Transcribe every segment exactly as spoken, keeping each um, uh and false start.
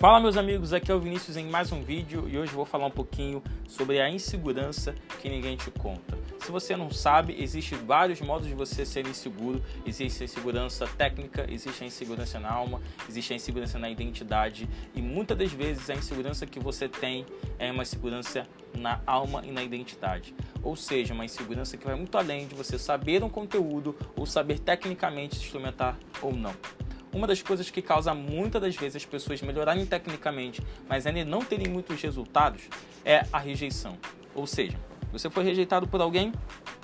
Fala meus amigos, aqui é o Vinícius em mais um vídeo e hoje eu vou falar um pouquinho sobre a insegurança que ninguém te conta. Se você não sabe, existem vários modos de você ser inseguro. Existe a insegurança técnica, existe a insegurança na alma, existe a insegurança na identidade e muitas das vezes a insegurança que você tem é uma insegurança na alma e na identidade. Ou seja, uma insegurança que vai muito além de você saber um conteúdo ou saber tecnicamente se instrumentar ou não. Uma das coisas que causa muitas das vezes as pessoas melhorarem tecnicamente, mas ainda não terem muitos resultados, é a rejeição. Ou seja, você foi rejeitado por alguém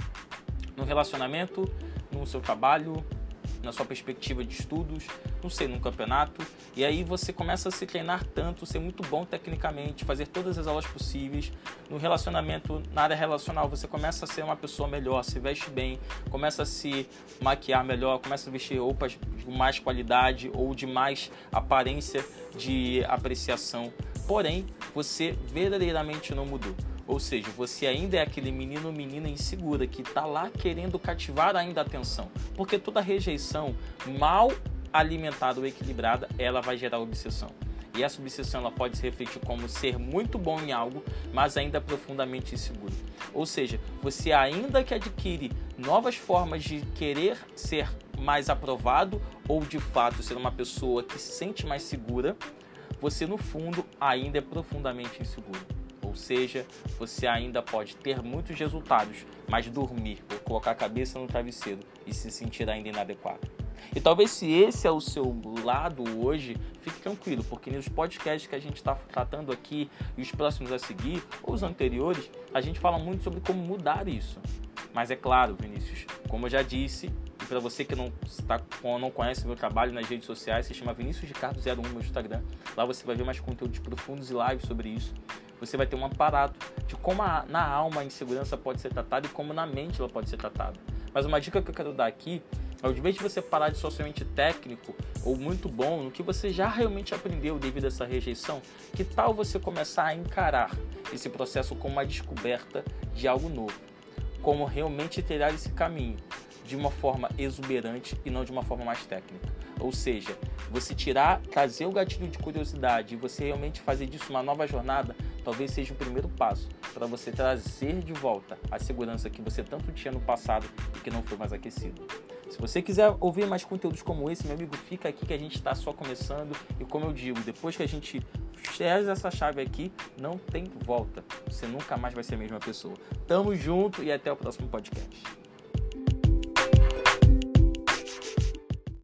no relacionamento, no seu trabalho, na sua perspectiva de estudos, não sei, num campeonato, e aí você começa a se treinar tanto, ser muito bom tecnicamente, fazer todas as aulas possíveis. No relacionamento, na área relacional, você começa a ser uma pessoa melhor, se veste bem, começa a se maquiar melhor, começa a vestir roupas de mais qualidade ou de mais aparência de apreciação. Porém, você verdadeiramente não mudou. Ou seja, você ainda é aquele menino ou menina insegura que está lá querendo cativar ainda a atenção. Porque toda rejeição mal alimentada ou equilibrada, ela vai gerar obsessão. E essa obsessão ela pode se refletir como ser muito bom em algo, mas ainda profundamente inseguro. Ou seja, você ainda que adquire novas formas de querer ser mais aprovado ou de fato ser uma pessoa que se sente mais segura, você no fundo ainda é profundamente inseguro. Ou seja, você ainda pode ter muitos resultados, mas dormir ou colocar a cabeça no travesseiro e se sentir ainda inadequado. E talvez se esse é o seu lado hoje, fique tranquilo, porque nos podcasts que a gente está tratando aqui e os próximos a seguir, ou os anteriores, a gente fala muito sobre como mudar isso. Mas é claro, Vinícius, como eu já disse, e para você que não, está, não conhece meu trabalho nas redes sociais, se chama Vinícius Ricardo zero um no meu Instagram. Lá você vai ver mais conteúdos profundos e lives sobre isso. Você vai ter um aparato de como a, na alma a insegurança pode ser tratada e como na mente ela pode ser tratada. Mas uma dica que eu quero dar aqui é, ao invés de você parar de ser somente técnico ou muito bom no que você já realmente aprendeu devido a essa rejeição, que tal você começar a encarar esse processo como uma descoberta de algo novo? Como realmente trilhar esse caminho de uma forma exuberante e não de uma forma mais técnica. Ou seja, você tirar, trazer o gatilho de curiosidade e você realmente fazer disso uma nova jornada, talvez seja o primeiro passo para você trazer de volta a segurança que você tanto tinha no passado e que não foi mais aquecido. Se você quiser ouvir mais conteúdos como esse, meu amigo, fica aqui que a gente está só começando e como eu digo, depois que a gente fecha essa chave aqui, não tem volta. Você nunca mais vai ser a mesma pessoa. Tamo junto e até o próximo podcast.